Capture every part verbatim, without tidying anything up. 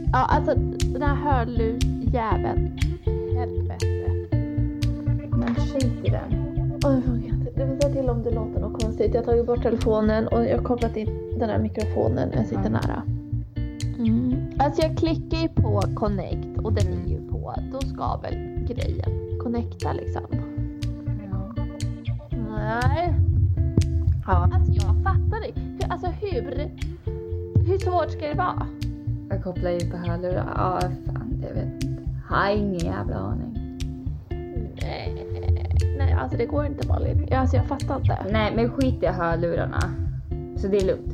Ja, alltså den här hörlursjäveln. Helvete. Men skit i den. Åh, jag vågar inte. Du vill säga till om det låter något konstigt. Jag har tagit bort telefonen och jag har kopplat in den här mikrofonen när jag sitter Mm. nära. Mm. Alltså jag klickar ju på connect och den är ju på. Då ska väl grejen connecta liksom. Ja. Nej. Ja. Alltså jag fattar det. Hur, alltså hur? Hur svårt ska det vara? Jag kopplar in på hörlurar. Ja, fan, jag vet inte. Har ingen jävla aning. Nej, nej alltså det går inte Malin. Alltså jag fattar inte. Nej, men skit i hörlurarna. Så det är lugnt.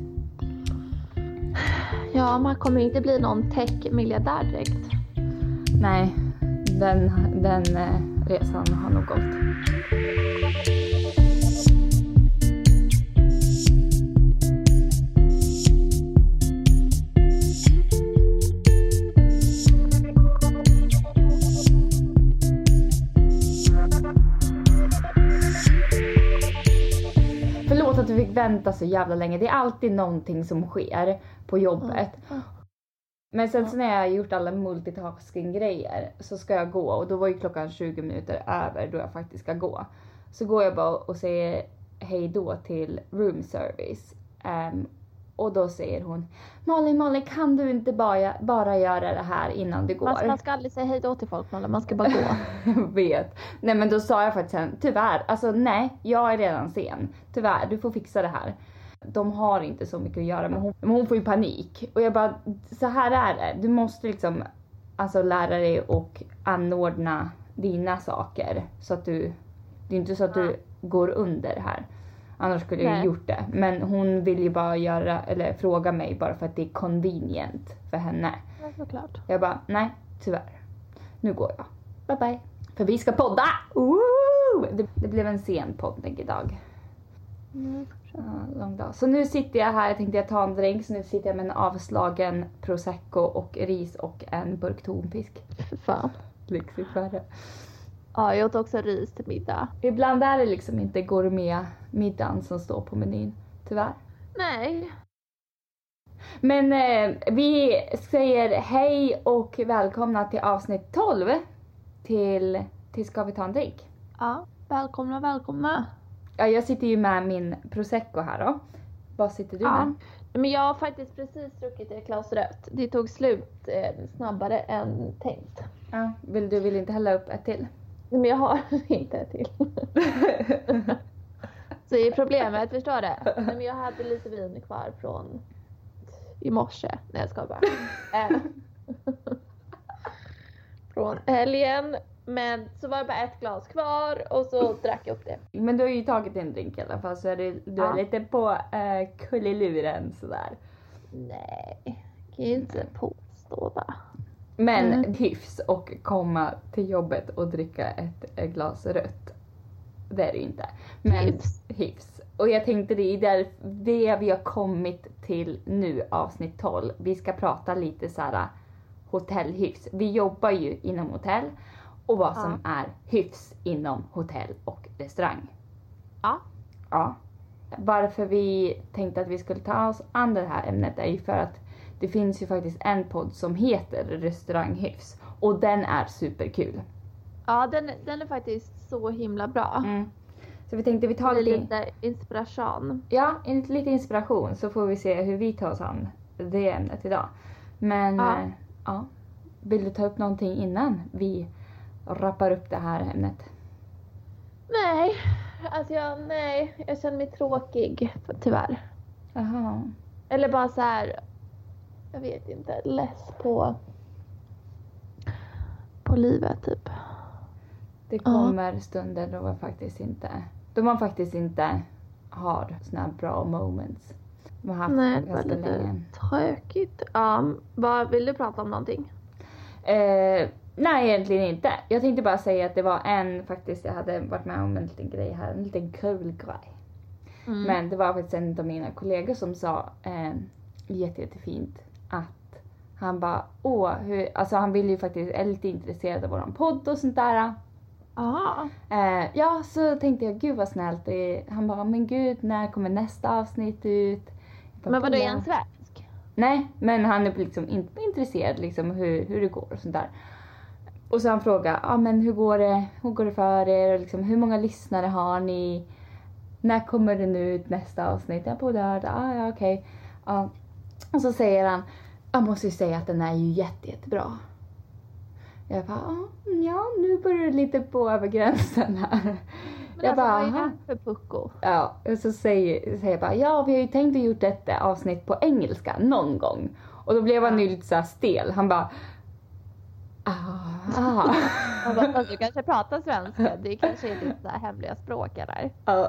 Ja, man kommer inte bli någon tech-miljardär direkt. Nej, den, den eh, resan har nog gått. Förlåt att du fick vänta så jävla länge. Det är alltid någonting som sker på jobbet. Men sen så när jag har gjort alla multitasking-grejer så ska jag gå. Och då var ju klockan tjugo minuter över då jag faktiskt ska gå. Så går jag bara och säger hej då till room service. Um, och då säger hon: Malin, Malin, kan du inte bara, bara göra det här innan du går? Man, man ska aldrig säga hej då till folk, Malin. Man ska bara gå. Jag vet. Nej, men då sa jag faktiskt sen, tyvärr, alltså nej, jag är redan sen. Tyvärr, du får fixa det här. De har inte så mycket att göra, men hon, men hon får ju panik. Och jag bara, så här är det. Du måste liksom, alltså lära dig och anordna dina saker. Så att du, det är inte så att du går under här. Annars skulle jag ju gjort det. Men hon vill ju bara göra, eller fråga mig bara för att det är convenient för henne. Ja, såklart. Jag bara, nej, tyvärr. Nu går jag. Bye bye. För vi ska podda! Ooh! Det, det blev en sen poddning idag. Mm. Ja, lång dag. Så nu sitter jag här, jag tänkte jag ta en drink. Så nu sitter jag med en avslagen prosecco och ris och en burk tonfisk. För fan. Lyxigt värre. Ja, jag åt också ris till middag. Ibland är det liksom inte gourmet-middagen som står på menyn. Tyvärr. Nej. Men eh, vi säger hej och välkomna till avsnitt tolv. Till, till Ska vi ta en drink? Ja, välkomna, välkomna. Ja, jag sitter ju med min prosecco här då. Vad sitter du Ja. med? Men jag har faktiskt precis druckit ett glas rött. Det tog slut eh, snabbare än tänkt. Ja, vill du vill inte hälla upp ett till? Men jag har inte ett till. Så det är problemet, förstår du? Nej, men jag hade lite vin kvar från i morse. Nej, jag ska bara. Eh. Från helgen. Men så var det bara ett glas kvar och så drack jag upp det. Men du har ju tagit en drink i alla fall, så är det, du Ja. är lite på eh, kulliluren sådär. Nej, kan ju inte påstå va. Men Mm. hyfs och komma till jobbet och dricka ett, ett glas rött. Det är det ju inte. Men Hyfs. hyfs. Och jag tänkte det är där det vi har kommit till nu, avsnitt tolv. Vi ska prata lite så här hotellhyfs. Vi jobbar ju inom hotell. Och vad som Ja. är hyfs inom hotell och restaurang. Ja. Ja. Varför vi tänkte att vi skulle ta oss an det här ämnet är ju för att det finns ju faktiskt en podd som heter Restauranghyfs. Och den är superkul. Ja, den, den är faktiskt så himla bra. Mm. Så vi tänkte vi tar Det är lite, lite inspiration. ja, en- lite inspiration, så får vi se hur vi tar oss an det ämnet idag. Men Ja. eh, ja, vill du ta upp någonting innan vi rappar upp det här ämnet? Nej, alltså jag, nej, jag känner mig tråkig tyvärr. Jaha. Eller bara så här, jag vet inte, less på på livet typ. Det kommer stunder då man faktiskt inte, då man faktiskt inte har såna här bra moments. Man har haft Nej, det var ganska lite länge. tråkigt. Ja, vad vill du prata om någonting? Eh, nej, egentligen inte. Jag tänkte bara säga att det var en, faktiskt, jag hade varit med om en liten grej här, en liten kul grej. Mm. Men det var faktiskt en av mina kollegor som sa eh, jätte, jättefint att han bara, åh, hur, alltså han vill ju faktiskt, är lite intresserad av våran podd och sånt där. Aha. Eh, ja, så tänkte jag, gud vad snällt. Det är. Han bara, men gud, när kommer nästa avsnitt ut? Jag bara, Men vadå, är "Ja." han svensk? Nej, men han är liksom inte intresserad liksom hur, hur det går och sånt där. Och så han frågar, ja ah, men hur går det, hur går det för er? Liksom, hur många lyssnare har ni? När kommer den ut nästa avsnitt? Jag på lördag, ah, ja okej. Okay. Ja. Och så säger han, jag måste ju säga att den är ju jätte, jättebra. Jag bara, ja nu börjar det lite på över gränsen här. Men jag alltså bara, vad är det för pucko? Ja, och så säger, säger jag bara, ja vi har ju tänkt att gjort detta avsnitt på engelska någon gång. Och då blev han ju lite så här stel. Han bara, ah, ah. Han bara, alltså, du kanske pratar svenska, det kanske är ditt så här hemliga språk eller? Ja.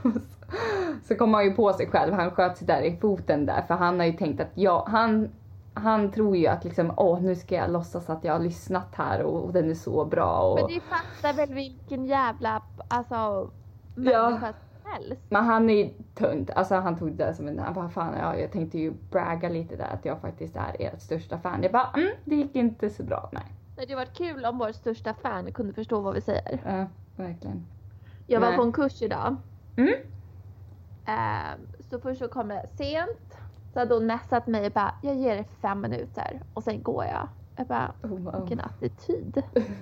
Så kom han ju på sig själv, han sköt sig där i foten där. För han har ju tänkt att, ja, han... Han tror ju att liksom, åh nu ska jag låtsas att jag har lyssnat här och, och den är så bra. Och... Men du fattar väl vilken jävla, alltså, ja. människa som helst. Men han är ju tunt, alltså han tog det som en, han bara fan ja, jag tänkte ju bragga lite där att jag faktiskt är ert största fan. Jag bara, mm, det gick inte så bra, nej. Det hade varit kul om vår största fan kunde förstå vad vi säger. Ja, verkligen. Jag var nej. på en kurs idag. Mm. Uh, så först så kom jag sent. Så hade hon messat mig och bara, jag ger dig fem minuter och sen går jag. Jag bara, oh, wow. Vilken attityd.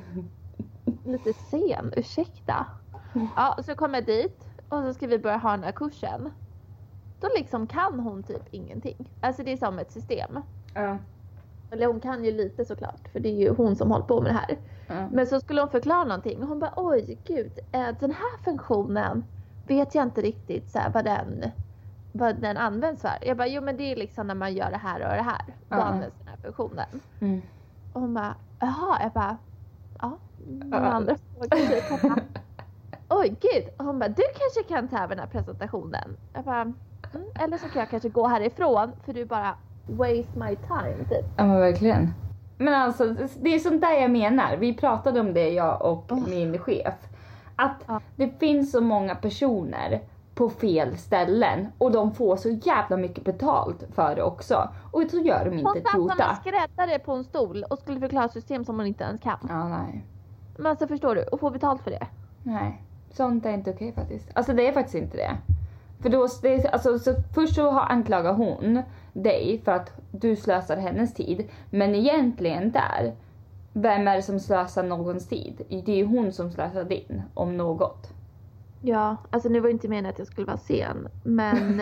Lite sen, ursäkta. Ja, så kom jag dit och så ska vi börja ha den här kursen. Då liksom kan hon typ ingenting. Alltså det är som ett system. Ja. Eller hon kan ju lite såklart, för det är ju hon som håller på med det här. Ja. Men så skulle hon förklara någonting och hon bara, oj gud, den här funktionen vet jag inte riktigt så här, vad den... vad den används för. Jag bara, jo men det är liksom när man gör det här och det här. Då uh-huh. används den här funktionen. Mm. Och hon bara, jaha. Jag bara, ja. Några uh-huh. andra frågor. Oj gud. Och hon bara, du kanske kan ta över den här presentationen. Jag bara, mm, eller så kan jag kanske gå härifrån. För du bara waste my time typ. Ja men verkligen. Men alltså det är sånt där jag menar. Vi pratade om det jag och oh. min chef. Att uh. det finns så många personer på fel ställen och de får så jävla mycket betalt för det också. Och så gör de inte tuta. Hon satt som en skräddare på en stol och skulle förklara system som hon inte ens kan. Ja, nej. Men alltså förstår du, och få betalt för det? Nej, sånt är inte okej faktiskt. Alltså det är faktiskt inte det. För då, det, alltså, så först så har anklagar hon dig för att du slösar hennes tid. Men egentligen där, vem är det som slösar någons tid? Det är ju hon som slösar din, om något. Ja, alltså nu var det inte meningen att jag skulle vara sen, men...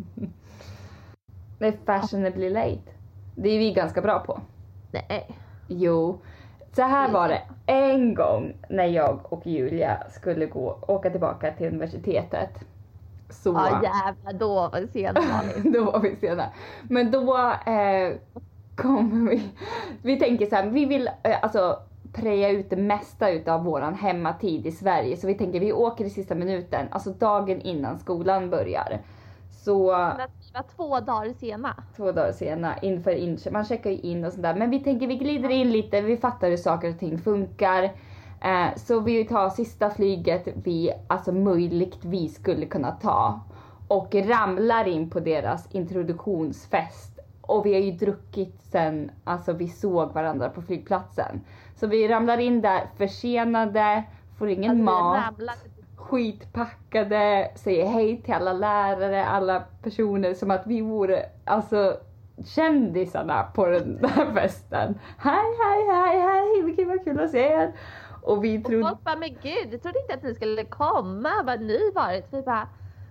Det är fashionably late. Det är vi ganska bra på. Nej. Jo. Så här var det en gång när jag och Julia skulle gå åka tillbaka till universitetet. Så... Ja jävlar, då var vi sena. Då var vi sena. Men då eh, kommer vi... Vi tänker så här, vi vill eh, alltså... preja ut det mesta utav våran hemmatid i Sverige. Så vi tänker vi åker i sista minuten. Alltså dagen innan skolan börjar. Så... Vi var två dagar sena. Två dagar sena inför incheck. Man checkar ju in och sådär. Men vi tänker vi glider in lite. Vi fattar hur saker och ting funkar. Eh, så vi tar sista flyget vi alltså möjligtvis skulle kunna ta. Och ramlar in på deras introduktionsfest. Och vi har ju druckit sen alltså vi såg varandra på flygplatsen. Så vi ramlar in där försenade, får ingen alltså, mat, skitpackade, säger hej till alla lärare, alla personer som att vi vore alltså kändisarna på den där festen. Hej, hej, hej, hej, vilket var kul att se er. Och vi trodde... Och folk bara, men gud, jag trodde inte att ni skulle komma, vad ni varit. Vi bara,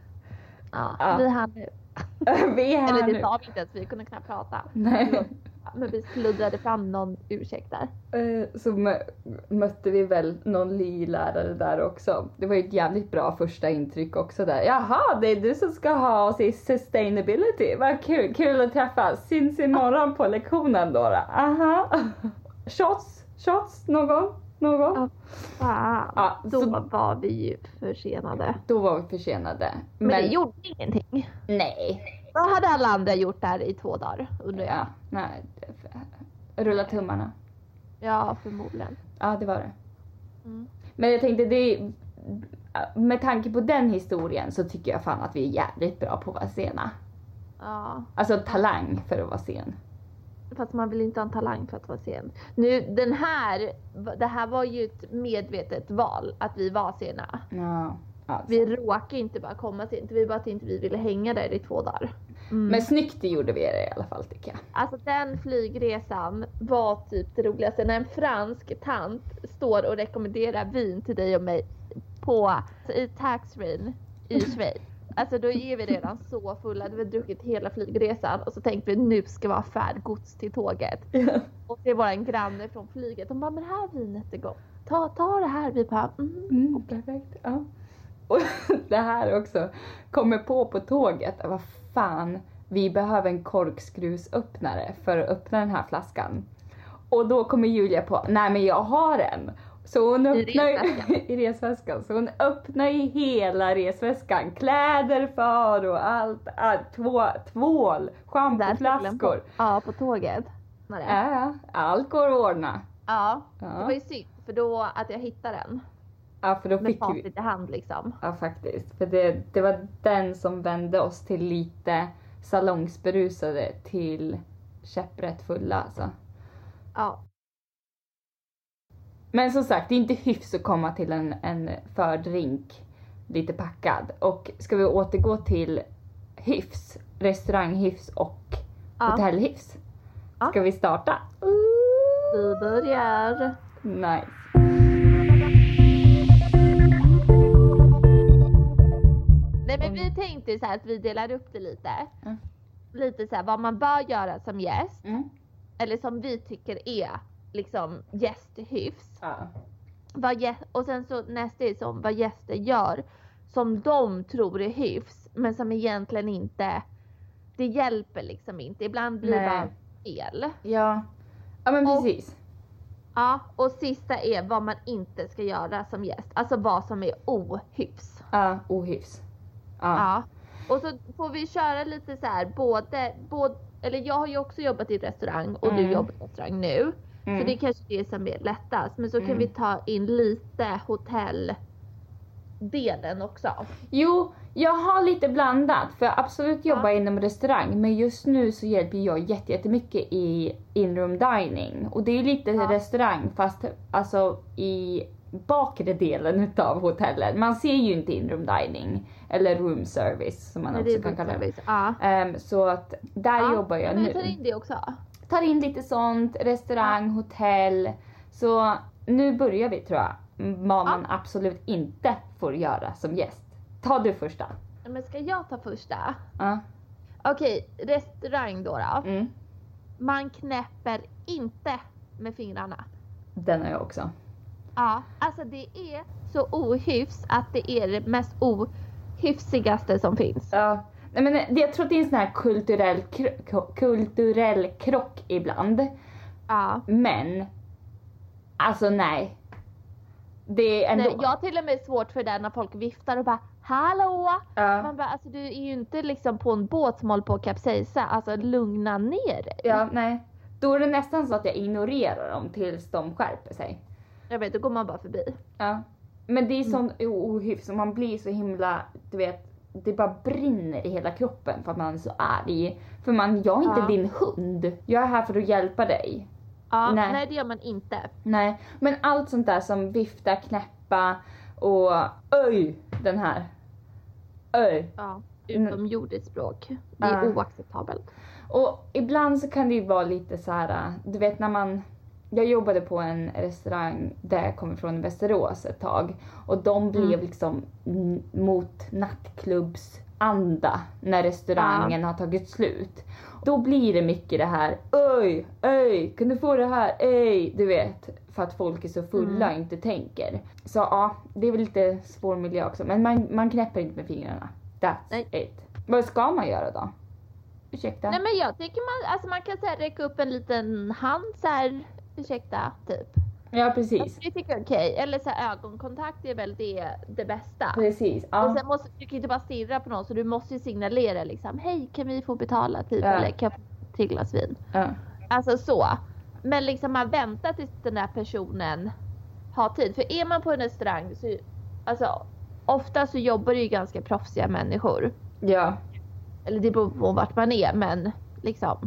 ja, ja. vi är här nu. Vi är här Eller det nu. sa vi inte ens, vi kunde knappt prata. Nej. Men vi sluddrade fram någon ursäkt där. Så mötte vi väl någon lärare där också. Det var ju ett jävligt bra första intryck också där. Jaha, det är du som ska ha oss i sustainability. Vad kul, kul att träffas. Syns imorgon på lektionen då. Aha. Shots, shots, någon, någon. Ja, fan. Ja, då så, var vi ju försenade. Då var vi försenade. Men, Men det gjorde ingenting. Nej. Vad hade alla andra gjort där i två dagar, undrar jag? Ja, nej. Rulla tummarna. Ja, förmodligen. Ja, det var det. Mm. Men jag tänkte, det med tanke på den historien så tycker jag fan att vi är jävligt bra på att vara sena. Ja. Alltså talang för att vara sen. Fast man vill inte ha en talang för att vara sen. Nu, den här, det här var ju ett medvetet val att vi var sena. Ja. Alltså. Vi råkade inte bara komma sent, vi bara att inte vi ville hänga där i två dagar. Mm. Men snyggt det gjorde vi det i alla fall tycker jag. Alltså den flygresan var typ det roligaste. När en fransk tant står och rekommenderar vin till dig och mig på, alltså i taxfree i Schweiz. Alltså då är vi redan så fulla, vi har druckit hela flygresan och så tänkte vi nu ska vi ha färdgods till tåget. Ja. Och det var en granne från flyget, de bara men här vinet är gott. Ta, ta det här, vi bara mm. Mm, perfekt, ja. Och det här också, kommer på på tåget, vad fan, vi behöver en korkskruvsöppnare för att öppna den här flaskan. Och då kommer Julia på, nej men jag har en. Så hon öppnar I resväskan. i resväskan. Så hon öppnar i hela resväskan. Kläder för och allt. allt två, tvål, schampoflaskor. Ja, på tåget. Var det? Ja, allt går att ordna. Ja, Ja. det var ju synd för då att jag hittade den. Ja, för då Med fick vi... facit i hand liksom. Ja, faktiskt. För det, det var den som vände oss till lite salongsberusade till käpprätt fulla alltså. Ja. Men som sagt, det är inte hyfs att komma till en, en fördrink lite packad. Och ska vi återgå till hyfs, restauranghyfs och Ja. hotellhyfs? Ja. Ska vi starta? Vi börjar. Nice. Nej men vi tänkte så här att vi delar upp det lite. Mm. Lite så här vad man bör göra som gäst. Mm. Eller som vi tycker är liksom gästhyfs. Ja. Vad gä- och sen så nästa är som vad gäster gör. Som de tror är hyfs. Men som egentligen inte. Det hjälper liksom inte. Ibland blir det Nej. bara fel. Ja. Ja men Och- precis. Ja, och sista är vad man inte ska göra som gäst. Alltså vad som är ohyfs. Ja, ohyfs. Ja. Ja. Och så får vi köra lite så här både, både eller jag har ju också jobbat i restaurang och Mm. du jobbar i restaurang nu. Mm. Så det är kanske det som är lättast. Men så kan Mm. vi ta in lite hotelldelen också. Jo, jag har lite blandat för jag absolut jobbar inom restaurang men just nu så hjälper jag jätte- jättemycket i in-room dining och det är lite Ja. restaurang fast alltså i bakre delen utav hotellet. Man ser ju inte in-room dining eller room service som man Nej, också det kan är kalla det. service. Ja. Ehm, så att där Ja, jobbar jag men nu. vi tar in det också. Tar in lite sånt, restaurang, hotell. Så nu börjar vi tror jag. Vad man absolut inte får göra som gäst. Ta du första. Men ska jag ta första? Ja. Okej, restaurang då då. Mm. Man knäpper inte med fingrarna. Den har jag också. Ja, alltså det är så ohyfs att det är det mest ohyfsigaste som finns. Ja. Nej, men det- jag tror att det är en sån här kulturell, kro- kulturell krock ibland. Ja. Men, alltså nej. Det är ändå... Nej, jag har till och med svårt för det när folk viftar och bara hallå! Ja. Man bara, alltså du är ju inte liksom på en båt som håller på att kapsejsa, alltså lugna ner dig. Ja, nej. Då är det nästan så att jag ignorerar dem tills de skärper sig. Jag vet, då går man bara förbi. Ja. Men det är sån ohyfs och man blir så himla, du vet, det bara brinner i hela kroppen för att man är så arg. För man, jag är inte Ja. din hund. Jag är här för att hjälpa dig. Ja, Nej. nej. det gör man inte. Nej, men allt sånt där som vifta, knäppa och öj, den här. Öj. Ja, utomjordiskt språk. Det är Ja. oacceptabelt. Och ibland så kan det ju vara lite så här, du vet när man, jag jobbade på en restaurang där jag kommer från Västerås ett tag. Och de blev Mm. liksom n- mot nattklubbsanda när restaurangen har tagit slut. Då blir det mycket det här, öj, öj, kan du få det här, öj, du vet. För att folk är så fulla och inte tänker. Så ja, det är väl lite svår miljö också. Men man, man knäpper inte med fingrarna. That's Nej. it. Vad ska man göra då? Ursäkta? Nej men jag tycker man, alltså man kan så här räcka upp en liten hand så här, ursäkta, typ. Ja, precis. Jag tycker okej. Eller så här, ögonkontakt är väl det, det bästa. Precis. Och Ja. sen måste, du kan ju inte bara stirra på någon så du måste ju signalera liksom, hej kan vi få betala typ Ja. eller kan jag få till glas vin? Ja. Alltså så. Men liksom man väntar tills den där personen har tid. För är man på en restaurang så, alltså ofta så jobbar det ju ganska proffsiga människor. Ja. Eller det beror på vart man är men liksom.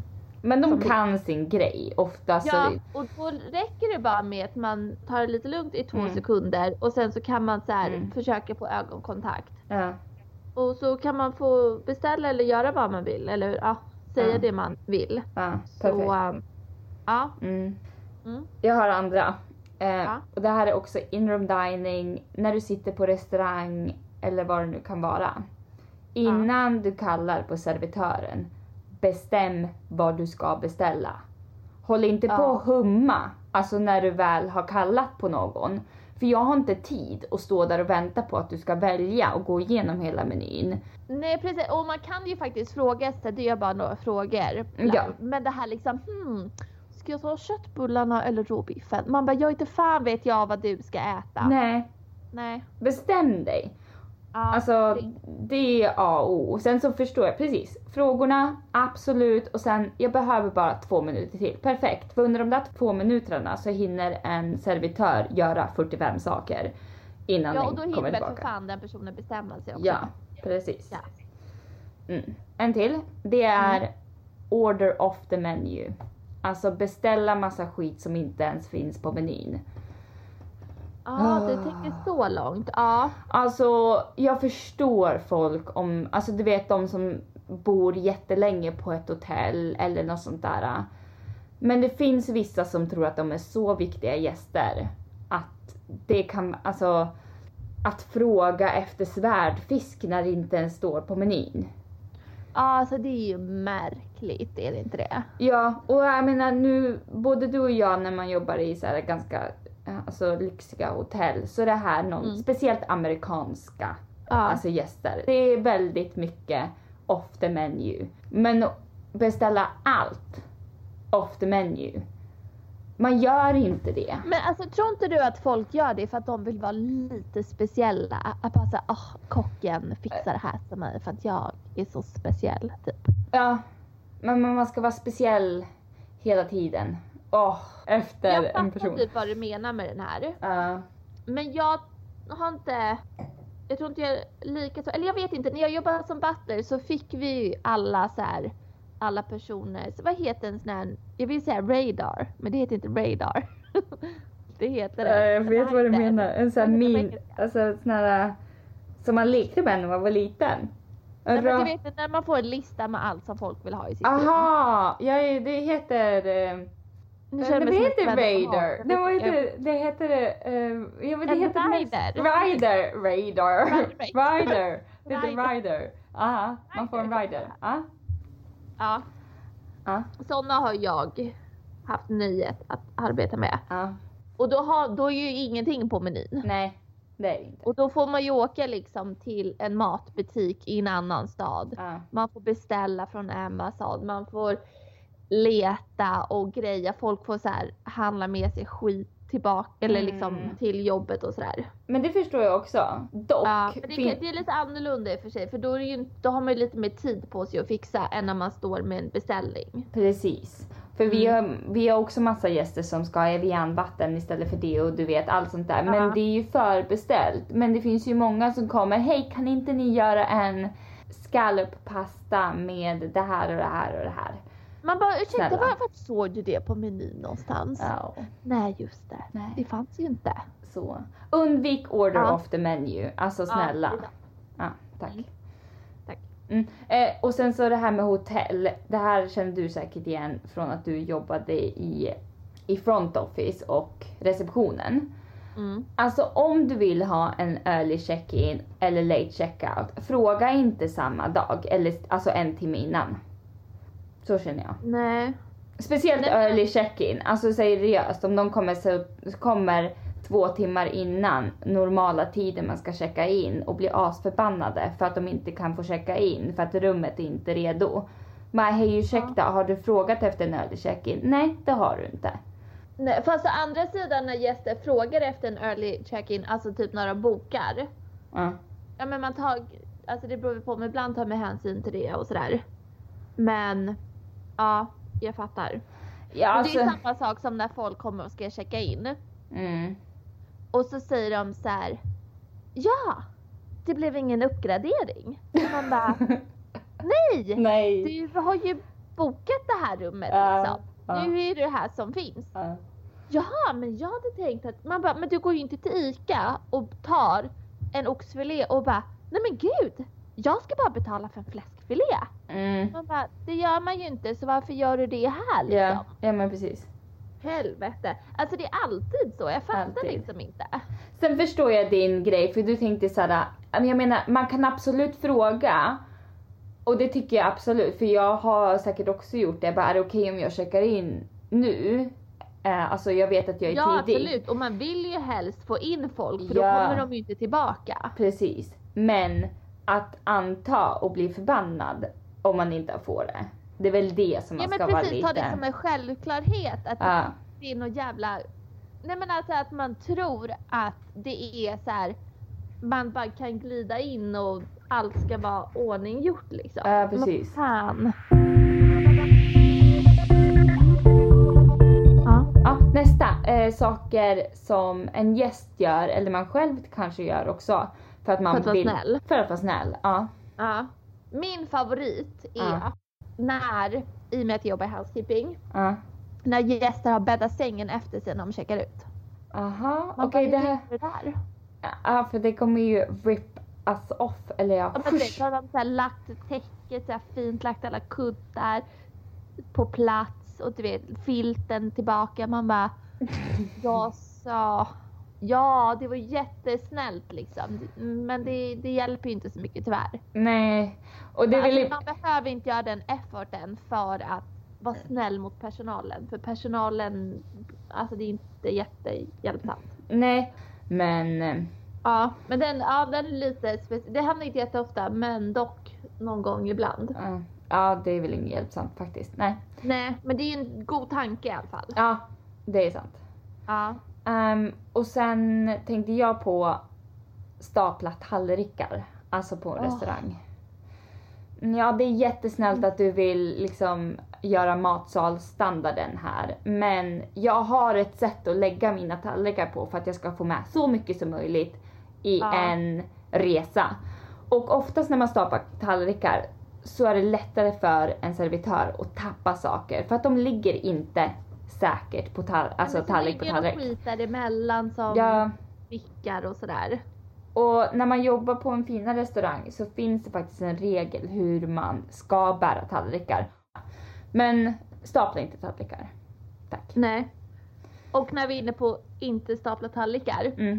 Men de som kan det. Sin grej ofta. Så ja, det... och då räcker det bara med att man tar det lite lugnt i två mm. sekunder. Och sen så kan man så här mm. försöka få ögonkontakt. Ja. Och så kan man få beställa eller göra vad man vill. Eller ja, säga ja. det man vill. Ja, perfekt. Så, um, ja. Mm. Mm. Jag har andra. Eh, ja. Och det här är också in-room dining. När du sitter på restaurang eller vad det nu kan vara. Innan ja. Du kallar på servitören. Bestäm vad du ska beställa. Håll inte ja. På att humma. Alltså när du väl har kallat på någon. För jag har inte tid att stå där och vänta på att du ska välja och gå igenom hela menyn. Nej precis, och man kan ju faktiskt fråga sig, det är bara några frågor. Ja. Men det här liksom, hmm, ska jag ta köttbullarna eller råbiffen? Man bara, jag inte fan vet jag vad du ska äta. Nej. Nej. Bestäm dig. Ja, alltså det... det är A och O. Sen så förstår jag precis. Frågorna, absolut. Och sen, jag behöver bara två minuter till. Perfekt. För under de där två minuterna så hinner en servitör göra fyrtiofem saker. Innan ja, den och då kommer hinner tillbaka. för fan den personen bestämma sig också. Ja, precis. Ja. Mm. En till. Det är mm. order off the menu. Alltså beställa massa skit som inte ens finns på menyn. Ja, ah, du tänker så långt. Ja. Alltså, jag förstår folk om, alltså du vet de som bor jättelänge på ett hotell eller något sånt där. Men det finns vissa som tror att de är så viktiga gäster att det kan, alltså att fråga efter svärdfisk när det inte ens står på menyn. Ja, alltså det är ju märkligt, är det inte det? Ja, och jag menar nu, både du och jag när man jobbar i så här ganska alltså lyxiga hotell, så är det här någon, mm. speciellt amerikanska ja. Alltså gäster. Det är väldigt mycket off the menu. Men beställa allt off the menu. Man gör inte det. Men alltså tror inte du att folk gör det för att de vill vara lite speciella? Att bara säga, åh, kocken fixar det här till mig för att jag är så speciell, typ. Ja, men man ska vara speciell hela tiden. Åh, efter jag en person. Jag fattar typ vad du menar med den här. Uh. Men jag har inte... Jag tror inte jag är lika så... Eller jag vet inte, när jag jobbade som butler så fick vi ju alla så här... Alla personer... Så vad heter en sån här... Jag vill säga radar, men det heter inte radar. Det heter det. Uh, jag vet vad du menar. En sån här min... Alltså sån här... Som man lekte med när man var liten. Nej, men du vet när man får en lista med allt som folk vill ha i sitt liv. Aha! Ja, det heter... Uh... Det heter Raider. Det var inte, det heter uh, ja, men det heter Rider. Rider, Radar. Rider. Det heter Rider. Aha, man får en Rider. Ah. Ja. Ja. Sådana har jag haft nöjet att arbeta med. Ja. Och då har då är ju ingenting på menyn. Nej, det är det inte. Och då får man ju åka liksom till en matbutik i en annan stad. Ja. Man får beställa från Amazon, man får leta och greja. Folk får så här handla med sig skit tillbaka eller mm. liksom till jobbet och sådär. Men det förstår jag också. Dock. Ja, det, fin- det är lite annorlunda i och för sig. För då, är det ju, då har man ju lite mer tid på sig att fixa än när man står med en beställning. Precis. För mm. vi, har, vi har också massa gäster som ska ha Evian-vatten istället för det och du vet allt sånt där. Men ja. Det är ju förbeställt. Men det finns ju många som kommer. Hej, kan inte ni göra en scallop-pasta med det här och det här och det här? Man bara, ursäkta, varför såg du det på menyn någonstans? Ja. Nej, just det. Nej. Det fanns ju inte. Så. Undvik order ja. off the menu. Alltså snälla. Ja, ja tack. Mm. Tack. Mm. Eh, och sen så det här med hotell. Det här känner du säkert igen från att du jobbade i, i front office och receptionen. Mm. Alltså om du vill ha en early check-in eller late check-out, fråga inte samma dag. Eller alltså en timme innan. Så känner jag. Nej. Speciellt Nej. early check-in. Alltså seriöst. Om de kommer, så, kommer två timmar innan normala tiden man ska checka in. Och blir asförbannade för att de inte kan få checka in. För att rummet är inte redo. Men hej ursäkta, ja. Har du frågat efter en early check-in? Nej, det har du inte. Nej, fast å andra sidan när gäster frågar efter en early check-in. Alltså typ när de bokar. Ja. Ja men man tar. Alltså det beror på. Men ibland tar man hänsyn till det och sådär. Men. Ja, jag fattar. Ja, alltså... Det är samma sak som när folk kommer och ska checka in. Mm. Och så säger de så här: ja, det blev ingen uppgradering. Och man bara, nej, nej. Du har ju bokat det här rummet Ja, liksom. ja. Nu är det det här som finns. Ja. Jaha, men jag hade tänkt att man bara, men du går ju inte till Ica och tar en oxfilé och bara, nej men gud, jag ska bara betala för en fläskfilé. Mm. Man bara, det gör man ju inte, så varför gör du det här liksom? Ja, ja men precis. Helvete. Alltså det är alltid så, jag fattar Alltid. liksom inte. Sen förstår jag din grej, för du tänkte såhär, jag menar man kan absolut fråga. Och det tycker jag absolut, för jag har säkert också gjort det. Bara, är det okej om jag checkar in nu? Eh, alltså jag vet att jag är Ja tidig. absolut, och man vill ju helst få in folk, för Ja. då kommer de ju inte tillbaka. Precis. Men att anta och bli förbannad om man inte får det. Det är väl det som man Ja men ska vara precis, lite... ta det som en självklarhet att Ja. det är någon jävla... Nej men alltså att man tror att det är så här, man bara kan glida in och allt ska vara ordninggjort liksom. Ja, precis. Men fan. Ja. Ja, nästa. Eh, saker som en gäst gör, eller man själv kanske gör också. För att man För att vara vill... snäll. För att vara snäll, ja. Ja. Min favorit är Ja. när, i och med att jag jobbar i housekeeping, Ja. när gäster har bäddat sängen efter sig när de checkar ut. Aha, Man okej bara, det hur här... gjorde du det där? Ja, för det kommer ju rip us off, eller ja. Ja, men det, så har de så här lagt täcket så här fint, lagt alla kuddar på plats och du vet filten tillbaka. Man bara, jag sa, ja det var jättesnällt liksom. Men det, det hjälper ju inte så mycket tyvärr. Nej, och det Alltså, vill ju... man behöver inte göra den efforten för att vara snäll mot personalen. För personalen, alltså det är inte jättehjälpsamt. Nej, men... eh, Ja, men den, ja, den är lite speciell. Det händer inte jätteofta, men dock någon gång ibland. Ja, ja, det är väl inget hjälpsamt faktiskt. Nej. Nej, men det är ju en god tanke i alla fall. Ja, det är sant. Ja. Um, och sen tänkte jag på stapla tallrikar. Alltså på en Åh. restaurang. Ja, det är jättesnällt att du vill liksom göra matsalstandarden här. Men jag har ett sätt att lägga mina tallrikar på för att jag ska få med så mycket som möjligt i Ja. en resa. Och oftast när man staplar tallrikar så är det lättare för en servitör att tappa saker. För att de ligger inte säkert på tall- alltså Men så tallrik på ligger det tallrik. skit däremellan som Ja. vickar och sådär. Och när man jobbar på en fina restaurang så finns det faktiskt en regel hur man ska bära tallrikar. Men stapla inte tallrikar. Tack. Nej. Och när vi är inne på inte stapla tallrikar. Mm.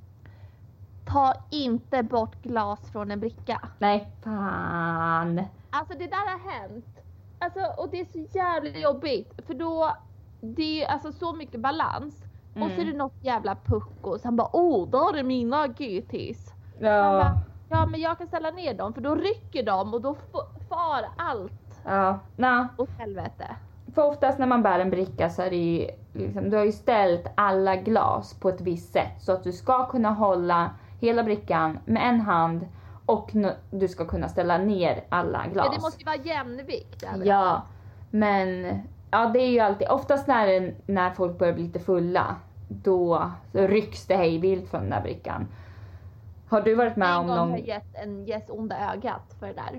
Ta inte bort glas från en bricka. Nej, fan. Alltså det där har hänt. Alltså, och det är så jävla jobbigt. För då, det är alltså så mycket balans. Mm. Och så är det något jävla puckos. Han bara, åh, då är det mina G T's. Man Ja. bara, ja men jag kan ställa ner dem. För då rycker de och då f- far allt Ja. Nå. åt helvete. För oftast när man bär en bricka så är det ju liksom, du har ju ställt alla glas på ett visst sätt. Så att du ska kunna hålla hela brickan med en hand. Och nu- du ska kunna ställa ner alla glas. Ja, det måste ju vara jämvikt. överallt. Ja, men ja, det är ju alltid, oftast när, när folk börjar bli lite fulla, då rycks det hej vilt från den där brickan. Har du varit med En om gång någon... har jag gett en gäst onda ögat för det där.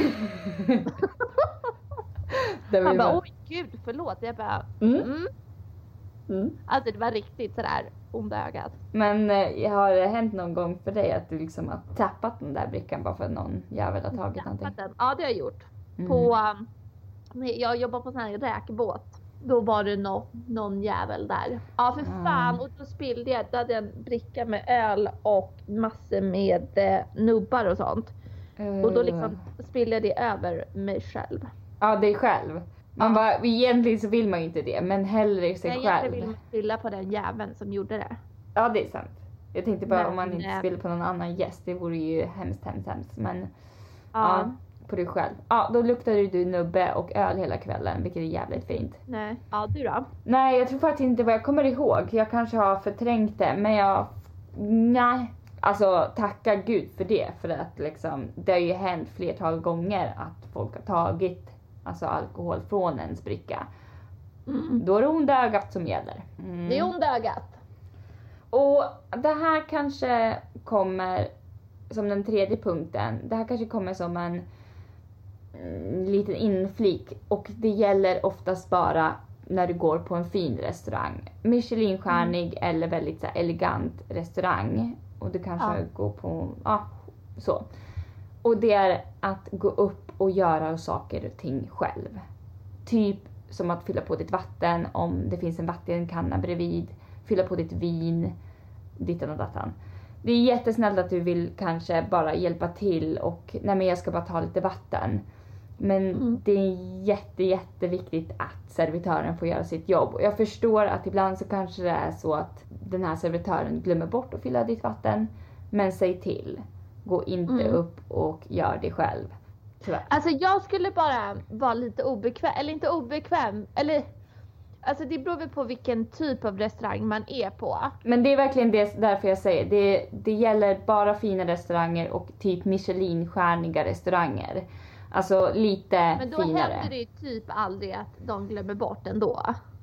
Där vi Han bara, var- oj gud förlåt. Jag bara, Mm. mm. Mm. Alltså det var riktigt sådär onda ögat. Men eh, har det hänt någon gång för dig att du liksom har tappat den där brickan bara för att någon jävel har tagit någonting? Den. Ja det har jag gjort. Mm. På, um, när jag jobbar på sån här räkbåt. Då var det nå, någon jävel där. Ja för Mm. fan. Och då spillde jag, då hade jag en bricka med öl och massor med eh, nubbar och sånt. Och då liksom spillde jag det över mig själv. Ja, dig själv. Man Ja. bara, egentligen så vill man ju inte det, men hellre sig Jag själv. egentligen vill spilla på den jäveln som gjorde det. Ja, det är sant. Jag tänkte bara Men, om man inte eh, spiller på någon annan gäst, det vore ju hemskt, hemskt, hemskt. Men ja. Ja. på dig själv. Ja, då luktade du nubbe och öl hela kvällen, vilket är jävligt fint. Nej. Ja du då? Nej, jag tror faktiskt inte vad jag kommer ihåg. Jag kanske har förträngt det, men jag... Nej. Alltså, tacka gud för det. För att liksom, det har ju hänt flertal gånger att folk har tagit alltså, alkohol från en bricka. Mm. Då är det onda ögat som gäller. Mm. Det är onda ögat. Och det här kanske kommer som den tredje punkten. Det här kanske kommer som en mm, liten inflik. Och det gäller oftast bara när du går på en fin restaurang. Michelinstjärnig mm. eller väldigt så här, elegant restaurang. Och du kanske ja. går på, ja, så. Och det är att gå upp och göra saker och ting själv. Typ som att fylla på ditt vatten om det finns en vattenkanna bredvid. Fylla på ditt vin, dittan och dattan. Det är jättesnällt att du vill kanske bara hjälpa till och nej men jag ska bara ta lite vatten. Men mm. det är jätte, jätteviktigt att servitören får göra sitt jobb. Och jag förstår att ibland så kanske det är så att den här servitören glömmer bort att fylla ditt vatten. Men säg till. Gå inte mm. upp och gör det själv. Tyvärr. Alltså jag skulle bara vara lite obekväm, eller inte obekväm, eller alltså det beror väl på vilken typ av restaurang man är på. Men det är verkligen det, därför jag säger, det, det gäller bara fina restauranger och typ Michelinstjärniga restauranger. Alltså lite finare. Men då finare. händer det typ aldrig att de glömmer bort ändå.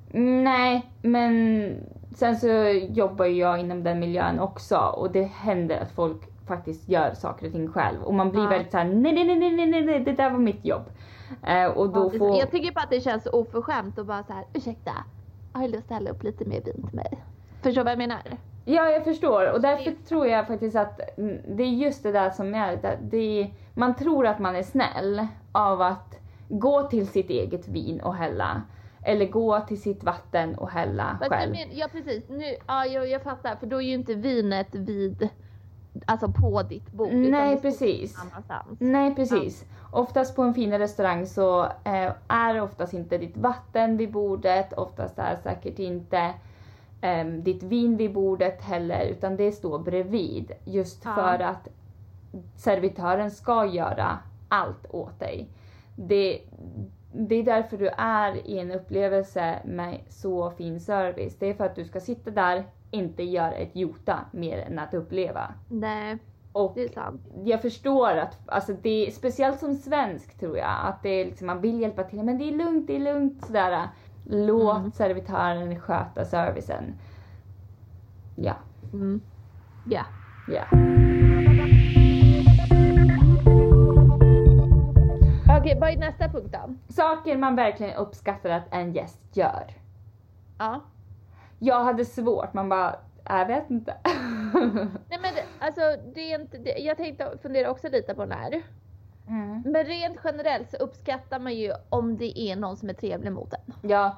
Nej, men sen så jobbar jag inom den miljön också och det händer att folk faktiskt gör saker och ting själv. Och man blir ja. väldigt såhär, nej, nej, nej, nej, nej, nej, det där var mitt jobb. Eh, och då ja, får... Jag tycker bara att det känns oförskämt och bara så här, ursäkta, jag har lust att ställa upp lite mer vin till mig. Förstår vad jag menar? Ja, jag förstår. Och därför det... tror jag faktiskt att det är just det där som är, det, det är, man tror att man är snäll av att gå till sitt eget vin och hälla. Eller gå till sitt vatten och hälla men, själv. Men, ja, precis. Nu, ja, jag, jag fattar. För då är ju inte vinet vid... Alltså på ditt bord. Nej, precis. Nej, precis. Ja. Oftast på en fin restaurang så eh, är oftast inte ditt vatten vid bordet. Oftast är säkert inte eh, ditt vin vid bordet heller. Utan det står bredvid. Just ja. för att servitören ska göra allt åt dig. Det, det är därför du är i en upplevelse med så fin service. Det är för att du ska sitta där, inte göra ett jota mer än att uppleva. Nej, och det är sant. Jag förstår att, alltså det är speciellt som svensk tror jag, att det är liksom, man vill hjälpa till, men det är lugnt, det är lugnt sådär. Låt mm. servitören sköta servicen. Ja. Mm. Ja. Ja. Okej, vad är nästa punkt då? Saker man verkligen uppskattar att en gäst gör. Ja. Jag hade svårt, man bara, jag vet inte. Nej men alltså, det är inte, det, jag tänkte fundera också lite på den här. Mm. Men rent generellt så uppskattar man ju om det är någon som är trevlig mot en. Ja.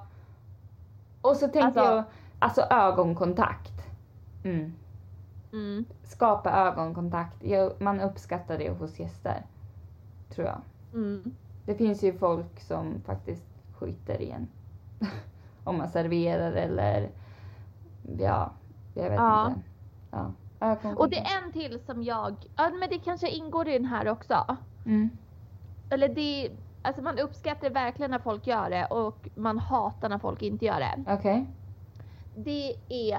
Och så tänkte alltså, jag, alltså ögonkontakt. Mm. Mm. Skapa ögonkontakt. Jag, man uppskattar det hos gäster. Tror jag. Mm. Det finns ju folk som faktiskt skiter igen. Om man serverar eller ja, jag vet ja. inte. Ja. Och det är en till som jag, ja men det kanske ingår i den här också. Mm. Eller det, alltså man uppskattar verkligen när folk gör det och man hatar när folk inte gör det. Okej. Okay. Det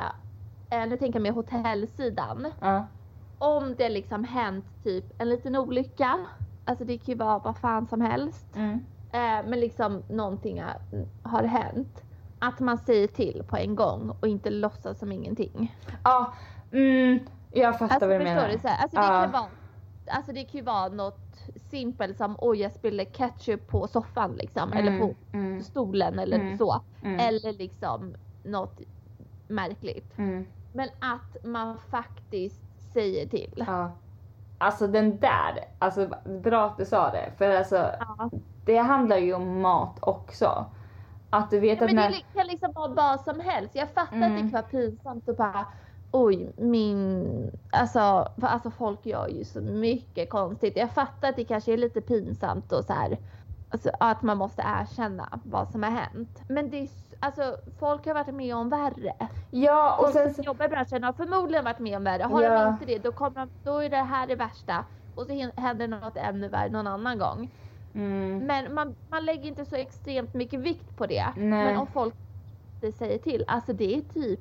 är, nu tänker jag med hotellsidan. Ja. Om det liksom hänt typ en liten olycka. Alltså det kan ju vara vad fan som helst. Mm. Eh, men liksom någonting har hänt. Att man säger till på en gång och inte låtsas som ingenting. Ja, mm, jag fattar alltså, vad du menar. Du, så här, alltså, det ja. kan vara, alltså det kan ju vara något simpelt som oj jag spillde ketchup på soffan liksom. Mm, eller på mm, stolen eller mm, så. Mm. Eller liksom något märkligt. Mm. Men att man faktiskt säger till. Ja. Alltså den där, alltså bra att du sa det. För alltså, ja. det handlar ju om mat också. Att du vet ja, att men när... det kan liksom vara vad som helst. Jag fattar Mm. att det kan vara pinsamt och bara oj, min... Alltså, för alltså folk gör ju så mycket konstigt. Jag fattar att det kanske är lite pinsamt och så här. Alltså, att man måste erkänna vad som har hänt. Men det är, alltså, folk har varit med om värre. Ja, och folk sen... som jobbar i branschen har förmodligen varit med om värre. Har ja. de inte det, då, kommer de, då är det här det värsta. Och så händer något ännu värre någon annan gång. Mm. Men man, man lägger inte så extremt mycket vikt på det. Nej. Men om folk det säger till, alltså det är typ...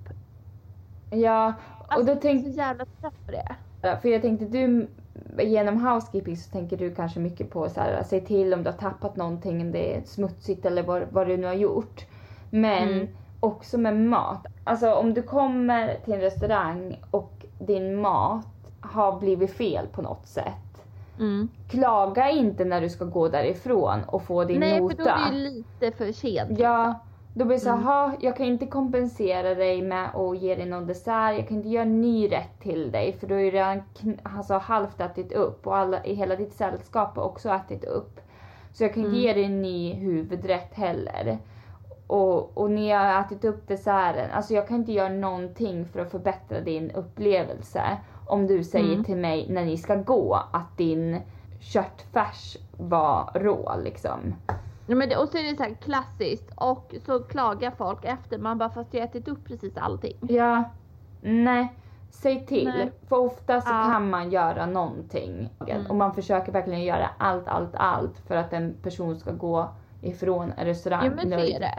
Ja, och alltså, då tänkte... jag är så jävla trött på det. För jag tänkte, du genom housekeeping så tänker du kanske mycket på så här, säg till om du har tappat någonting, om det är smutsigt eller vad, vad du nu har gjort. Men mm. också med mat. Alltså om du kommer till en restaurang och din mat har blivit fel på något sätt. Mm. Klaga inte när du ska gå därifrån och få din Nej, nota. för då är det lite för sent. Ja, då blir det så Mm. här, jag kan inte kompensera dig med att ge dig någon dessert. Jag kan inte göra ny rätt till dig, för du har ju redan kn- alltså, halvt ätit upp och alla i hela ditt sällskap har också ätit upp. Så jag kan inte Mm. ge dig en ny huvudrätt heller. Och, och ni har ätit upp desserten. Alltså jag kan inte göra någonting för att förbättra din upplevelse. Om du säger Mm. till mig när ni ska gå att din köttfärs var rå liksom. Ja, men det, och så är det så här klassiskt. Och så klagar folk efter. Man bara, fast jag har ätit upp precis allting. Ja, nej. Säg till. Nej. För ofta så Ja. kan man göra någonting. Mm. Och man försöker verkligen göra allt, allt, allt. För att en person ska gå ifrån en restaurang. Ja, men så är det.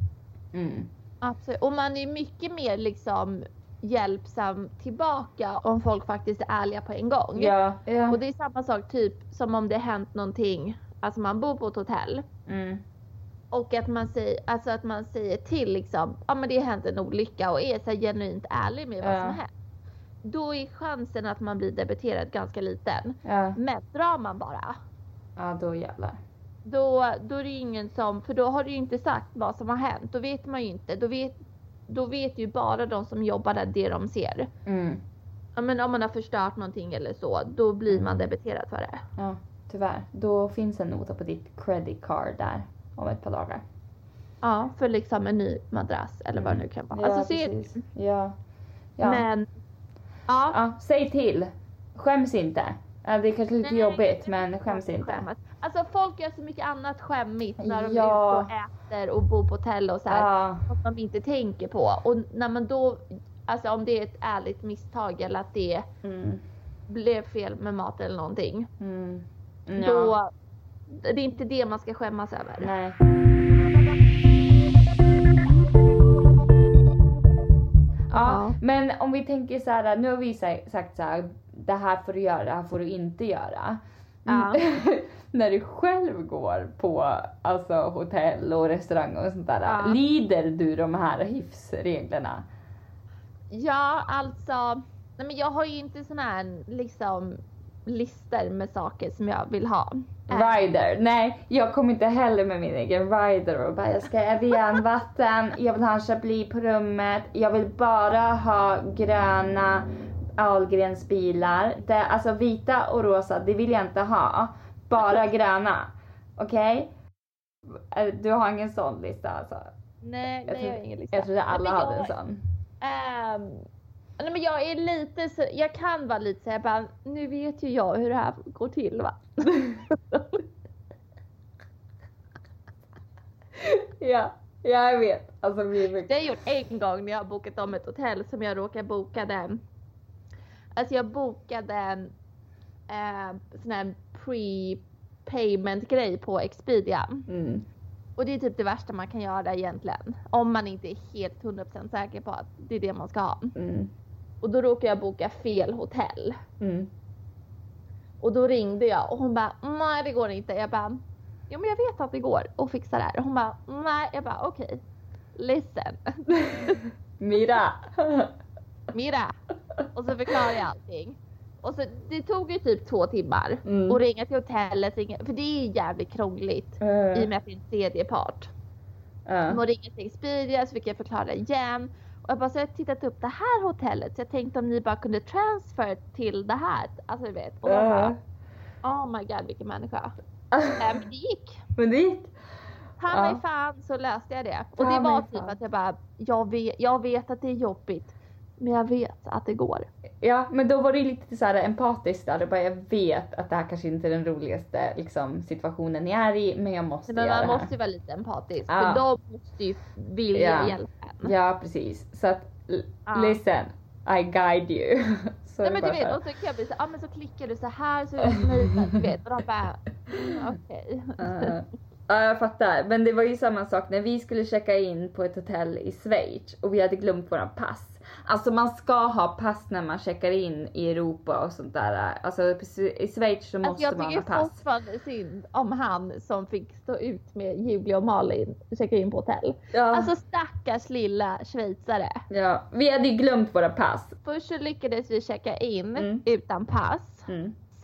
Mm. Absolut. Och man är mycket mer liksom hjälpsam tillbaka om folk faktiskt är ärliga på en gång. Ja, ja. Och det är samma sak typ som om det hänt någonting. Alltså man bor på ett hotell. Mm. Och att man säger, alltså att man säger till liksom, ja men det har hänt en olycka och är så här genuint ärlig med vad Ja. som har hänt. Då är chansen att man blir debiterad ganska liten. Ja. Men drar man bara, Ja, då jävlar. då, då är det ju ingen som, för då har du ju inte sagt vad som har hänt. Då vet man ju inte, då vet, då vet ju bara de som jobbar där det de ser. Mm. Ja, men om man har förstört någonting eller så, då blir man debiterad för det. Ja, tyvärr. Då finns en nota på ditt credit card där om ett par dagar. Ja, för liksom en ny madrass eller vad det nu kan vara. Ja, alltså, så är det. precis. Ja. Ja. Men, ja. ja, säg till. Skäms inte. Ja, det är kanske lite Nej, jobbigt, det- men skäms inte. Skämmas. Alltså folk gör så mycket annat skämmigt när de Ja. är ute och äter och bor på hotell och så här. Ja, Som de inte tänker på. Och när man då, alltså om det är ett ärligt misstag eller att det mm. blev fel med mat eller någonting. Mm. Ja. Då, det är inte det man ska skämmas över. Nej. Ja, Ja. men om vi tänker så här, nu har vi sa- sagt så här, det här får du göra, det här får du inte göra. Ja. När du själv går på alltså, hotell och restaurang och sånt där, Ja. lider du de här hyfsreglerna? Ja, alltså. Nej, men jag har ju inte sån här liksom listor med saker som jag vill ha. Rider, nej jag kommer inte heller med min egen rider och bara jag ska ha Evian-vatten, jag vill ha en Chablis på rummet, jag vill bara ha gröna Ahlgrens bilar. Det, alltså vita och rosa, det vill jag inte ha, bara gröna, okej? Okay? Du har ingen sån lista alltså? Nej, Jag nej jag har trodde- ingen lista. Jag trodde alla Nej, men hade en jag- sån. Ehm, nej men jag är lite så, jag kan vara lite så jag bara, nu vet ju jag hur det här går till va. Ja, ja jag vet. Alltså vi är Det har jag gjort en gång när jag har bokat om ett hotell som jag råkade boka den. Alltså jag bokade en eh, sån här pre-payment grej på Expedia. mm. Och det är typ det värsta man kan göra egentligen. Om man inte är helt hundra procent säker på att det är det man ska ha. Mm. Och då råkade jag boka fel hotell. Mm. Och då ringde jag och hon bara, nej det går inte. Jag bara, jo men jag vet att det går att fixa det här. Och hon bara, nej. Jag bara, okej. Okay. Listen. Mira. Mira. Och så förklarade jag allting. Och så, det tog ju typ två timmar. Mm. Och ringa till hotellet. Ringa, för det är jävligt krångligt. Uh, I och med att det är en tredje part. uh. Och ringa till Expedia så fick jag förklara igen. Och jag bara, så jag har tittat upp det här hotellet. Så jag tänkte om ni bara kunde transfer till det här. Alltså du vet. Och jag bara, oh my god vilken människa. äh, men det gick. Men det gick. Ta Ja. mig fan så löste jag det. Och Ta det var mig typ fan. att jag bara, jag vet, jag vet att det är jobbigt. Men jag vet att det går. Ja, men då var det lite så här empatiskt där. Det bara, jag vet att det här kanske inte är den roligaste liksom, situationen ni är i, men jag måste Men göra man det här. måste ju vara lite empatisk. Ja. För de måste ju vilja Ja. hjälpa en. Ja, precis. Så att, l- Ja. listen, I guide you. Så Nej det men bara du så vet, här. och så kan jag bli så, ja men så klickar du så här så är du nöjd, du vet. Och de bara, mm, okej. Uh, ja, jag fattar. Men det var ju samma sak när vi skulle checka in på ett hotell i Schweiz och vi hade glömt våra pass. Alltså man ska ha pass när man checkar in i Europa och sånt där. Alltså i Schweiz så måste Alltså jag man tycker ha pass. fortfarande synd om han som fick stå ut med Julia och Malin och checka in på hotell. Ja, Alltså stackars lilla schweizare. ja, vi hade ju glömt våra pass. Först så lyckades vi checka in Mm. utan pass. Mm.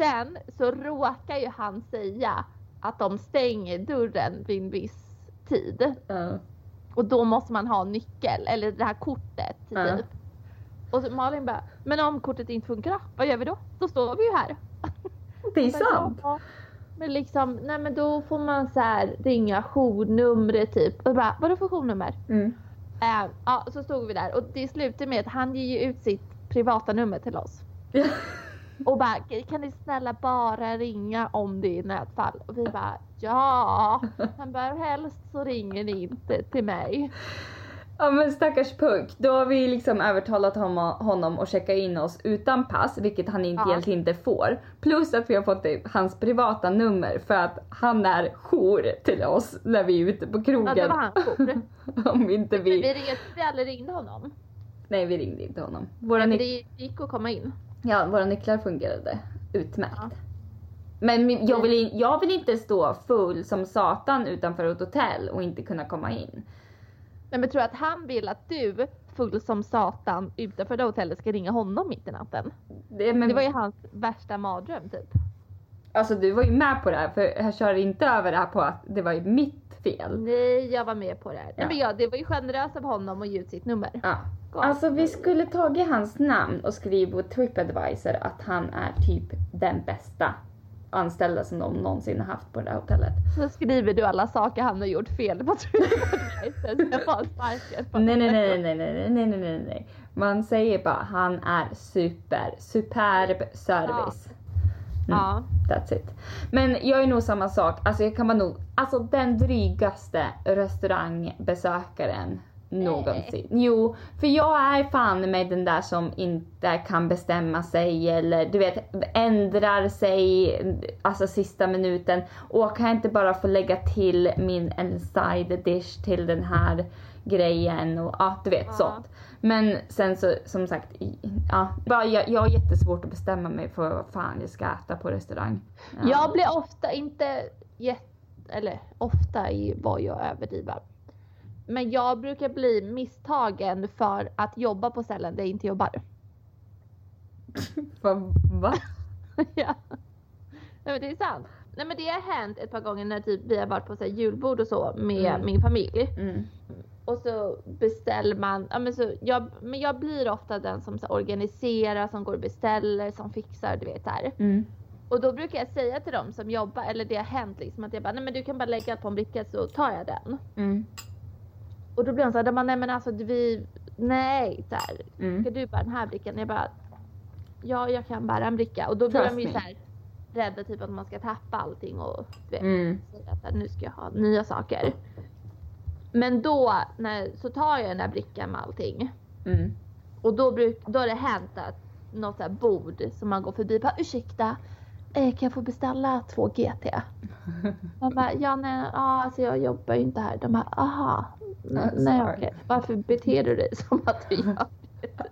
sen så råkar ju han säga att de stänger dörren vid en viss tid. Uh. Och då måste man ha nyckel, eller det här kortet typ. Uh. Och så Malin bara, men om kortet inte funkar, vad gör vi då? Då står vi ju här. Det är sant. Ja, men liksom, nej men då får man så här ringa journumret typ. Och bara, vadå för journummer? Mm. Äh, ja, så stod vi där. Och det slutade med att han ger ju ut sitt privata nummer till oss. Och bara, kan ni snälla bara ringa om det är nödfall? Och vi bara, ja. Han bara, helst så ringer ni inte till mig. Ja men stackars punk, då har vi liksom övertalat honom att checka in oss utan pass, vilket han inte, ja. egentligen inte får. Plus att vi har fått hans privata nummer för att han är jour till oss när vi är ute på krogen. Ja, det var han jour. Om inte vi... Vi ringde, vi aldrig ringde honom. Nej, vi ringde inte honom. Våra Nej, nyc- det gick att komma in. Ja, våra nycklar fungerade utmärkt. Ja. Men jag vill, jag vill inte stå full som satan utanför ett hotell och inte kunna komma in. Nej, men tror att han vill att du full som satan utanför det hotellet ska ringa honom mitt i natten? Det, men... det var ju hans värsta mardröm typ. Alltså du var ju med på det här, för jag kör inte över det här på att det var ju mitt fel. Nej, jag var med på det här. Ja. Nej, men ja, det var ju generöst av honom att ge ut sitt nummer. Ja. Alltså vi skulle tagit hans namn och skriva på TripAdvisor att han är typ den bästa anställda som de någonsin har haft på det här hotellet. Så skriver du alla saker han har gjort fel på TripAdvisor. nej, nej, nej, nej, nej, nej, nej, nej, nej. Man säger bara han är super, superb service. Ja. Mm, ja. That's it. Men jag är nog samma sak. Alltså jag kan vara nog, alltså den drygaste restaurangbesökaren någonsin. Jo, för jag är fan med den där som inte kan bestämma sig eller du vet ändrar sig alltså sista minuten, och kan jag inte bara få lägga till min en side dish till den här grejen och ja, du vet ja. sånt. Men sen så som sagt ja, bara jag, jag har jättesvårt att bestämma mig för vad fan jag ska äta på restaurang. Ja. Jag blir ofta inte jätte, eller ofta i vad jag överdriver. Men jag brukar bli misstagen för att jobba på ställen där jag inte jobbar. Va? Ja. Nej, men det är sant. Nej, men det har hänt ett par gånger när typ vi har varit på så här julbord och så med mm. min familj. Mm. Och så beställer man, ja, men, så jag, men jag blir ofta den som så organiserar, som går och beställer, som fixar, du vet där. Mm. Och då brukar jag säga till dem som jobbar, eller det har hänt liksom, att jag bara, nej men du kan bara lägga på en bricka så tar jag den. Mm. Och då blir de så här, nej men alltså vi, nej, så här, mm. ska du bara den här brickan? Jag bara, ja jag kan bara en bricka. Och då blir Trust de ju me. så här rädda typ att man ska tappa allting och du vet, mm. säga att nu ska jag ha nya saker. Men då när, så tar jag den där brickan med allting. Mm. Och då, bruk, då har det hänt att något så här bord som man går förbi, bara ursäkta, eh, kan jag få beställa två G T? Man bara, ja nej, ja, alltså jag jobbar ju inte här. De bara, aha, nej, nej okej. Okay. Varför beter du dig som att du gör det?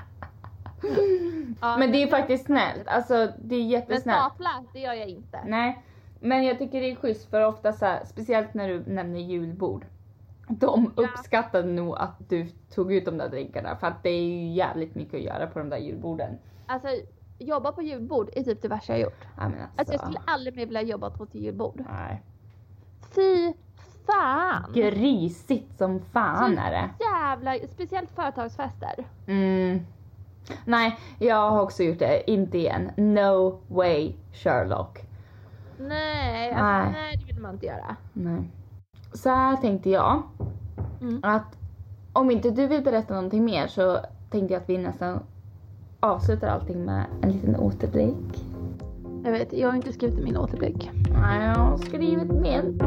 Ja, men det är ju faktiskt snällt, alltså det är jättesnällt. Men stapla, det gör jag inte. Nej, men jag tycker det är schysst för ofta så här, speciellt när du nämner julbord. De ja. uppskattade nog att du tog ut de där drinkarna, för att det är ju jävligt mycket att göra på de där julborden. Alltså, jobba på julbord är typ det värsta jag gjort. Ja, men alltså. alltså jag skulle aldrig mer vilja jobba på ett julbord. Nej. Fy fan. Grisigt som fan så är det. Jävla, speciellt företagsfester. Mm. Nej, jag har också gjort det. Inte igen. No way, Sherlock. Nej, alltså, nej. nej det vill man inte göra. Nej. Så här tänkte jag. Mm. Att om inte du vill berätta någonting mer så tänkte jag att vi nästan avslutar allting med en liten återblick. Jag vet, jag har inte skrivit min återblick. Nej, jag har skrivit med.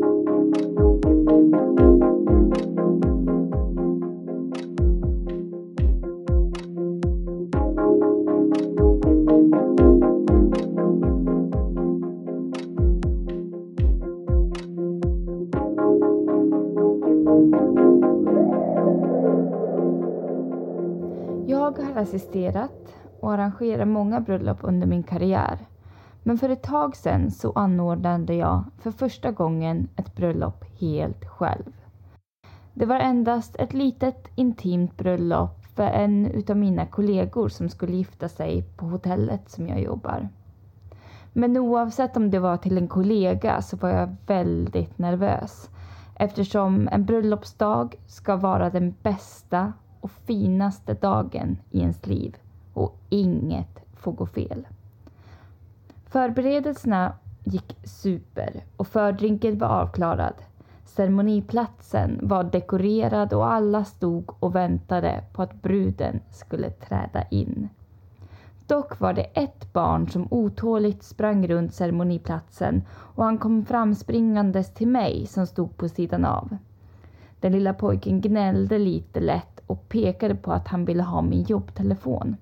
Jag har assisterat och arrangerat många bröllop under min karriär. Men för ett tag sedan så anordnade jag för första gången ett bröllop helt själv. Det var endast ett litet intimt bröllop för en utav mina kollegor som skulle gifta sig på hotellet som jag jobbar. Men oavsett om det var till en kollega så var jag väldigt nervös. Eftersom en bröllopsdag ska vara den bästa och finaste dagen i ens liv. Och inget får gå fel. Förberedelserna gick super och fördrinken var avklarad. Ceremoniplatsen var dekorerad och alla stod och väntade på att bruden skulle träda in. Dock var det ett barn som otåligt sprang runt ceremoniplatsen och han kom fram springandes till mig som stod på sidan av. Den lilla pojken gnällde lite lätt och pekade på att han ville ha min jobbtelefon.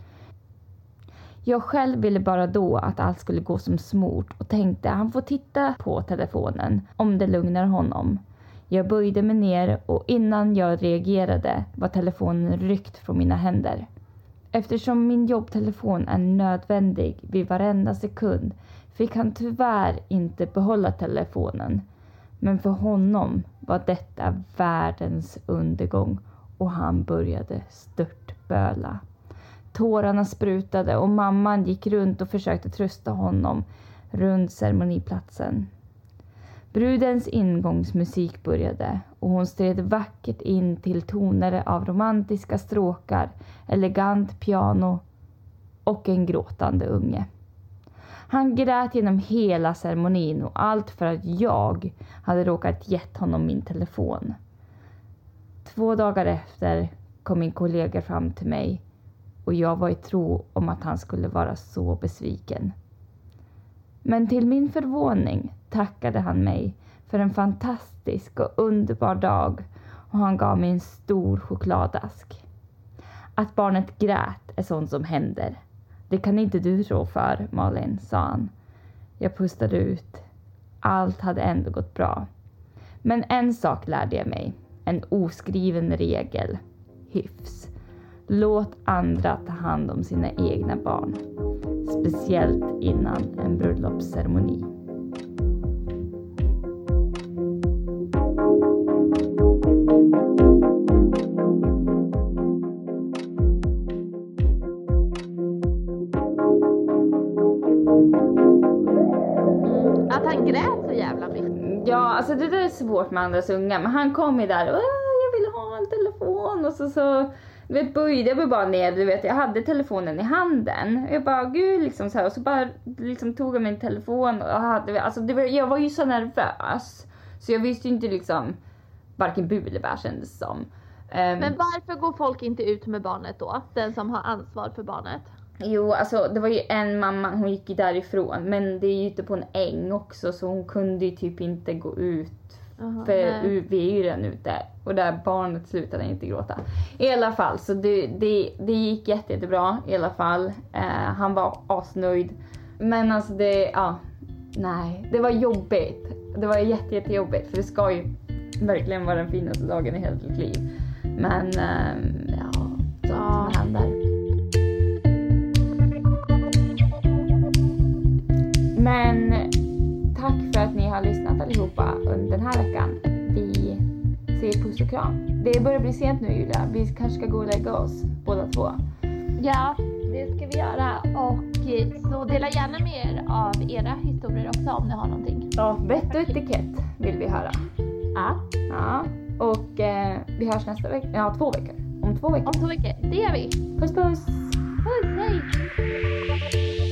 Jag själv ville bara då att allt skulle gå som smort och tänkte att han får titta på telefonen om det lugnar honom. Jag böjde mig ner och innan jag reagerade var telefonen ryckt från mina händer. Eftersom min jobbtelefon är nödvändig vid varenda sekund fick han tyvärr inte behålla telefonen. Men för honom var detta världens undergång och han började störtböla. Tårarna sprutade och mamman gick runt och försökte trösta honom runt ceremoniplatsen. Brudens ingångsmusik började och hon stred vackert in till toner av romantiska stråkar, elegant piano och en gråtande unge. Han grät genom hela ceremonin och allt för att jag hade råkat gett honom min telefon. Två dagar efter kom min kollega fram till mig och jag var i tro om att han skulle vara så besviken. Men till min förvåning tackade han mig för en fantastisk och underbar dag och han gav mig en stor chokladask. Att barnet grät är sånt som händer. Det kan inte du rå för, Malin, sa han. Jag pustade ut. Allt hade ändå gått bra. Men en sak lärde jag mig. En oskriven regel. Hyfs. Låt andra ta hand om sina egna barn. Speciellt innan en bröllopsceremoni. Att han grät så jävla mycket. Ja, alltså det där är svårt med andras unga. Men han kom ju där och jag vill ha en telefon. Och så så... Du vet, böjde jag bara ner, du vet, jag hade telefonen i handen. Jag bara, gud, liksom så här. Och så bara liksom tog jag min telefon och hade, alltså det var, jag var ju så nervös. Så jag visste ju inte liksom, varken bu eller bär kändes som. Um, Men varför går folk inte ut med barnet då? Den som har ansvar för barnet. Jo, alltså det var ju en mamma, hon gick ju därifrån. Men det är ju ute på en äng också, så hon kunde ju typ inte gå ut. Aha, för nej. Vi är ju redan ute. Och där barnet slutade inte gråta. I alla fall, så det, det, det gick jätte, jättebra. I alla fall, eh, han var asnöjd. Men alltså det, ja, nej. Det var jobbigt. Det var jätte, jättejobbigt. För det ska ju verkligen vara den finaste dagen i hela ditt liv. Men, eh, ja, så ja. Som händer. Men tack för att ni har lyssnat allihopa under den här veckan. Vi säger puss och kram. Det börjar bli sent nu, Julia. Vi kanske ska gå och lägga oss, båda två. Ja, det ska vi göra. Och så dela gärna med er av era historier också om ni har någonting. Ja, vett och etikett vill vi höra. Ja. Ja, och eh, vi hörs nästa vecka. Ja, två veckor. Om två veckor. Om två veckor, det gör vi. Puss, puss. Puss, hej.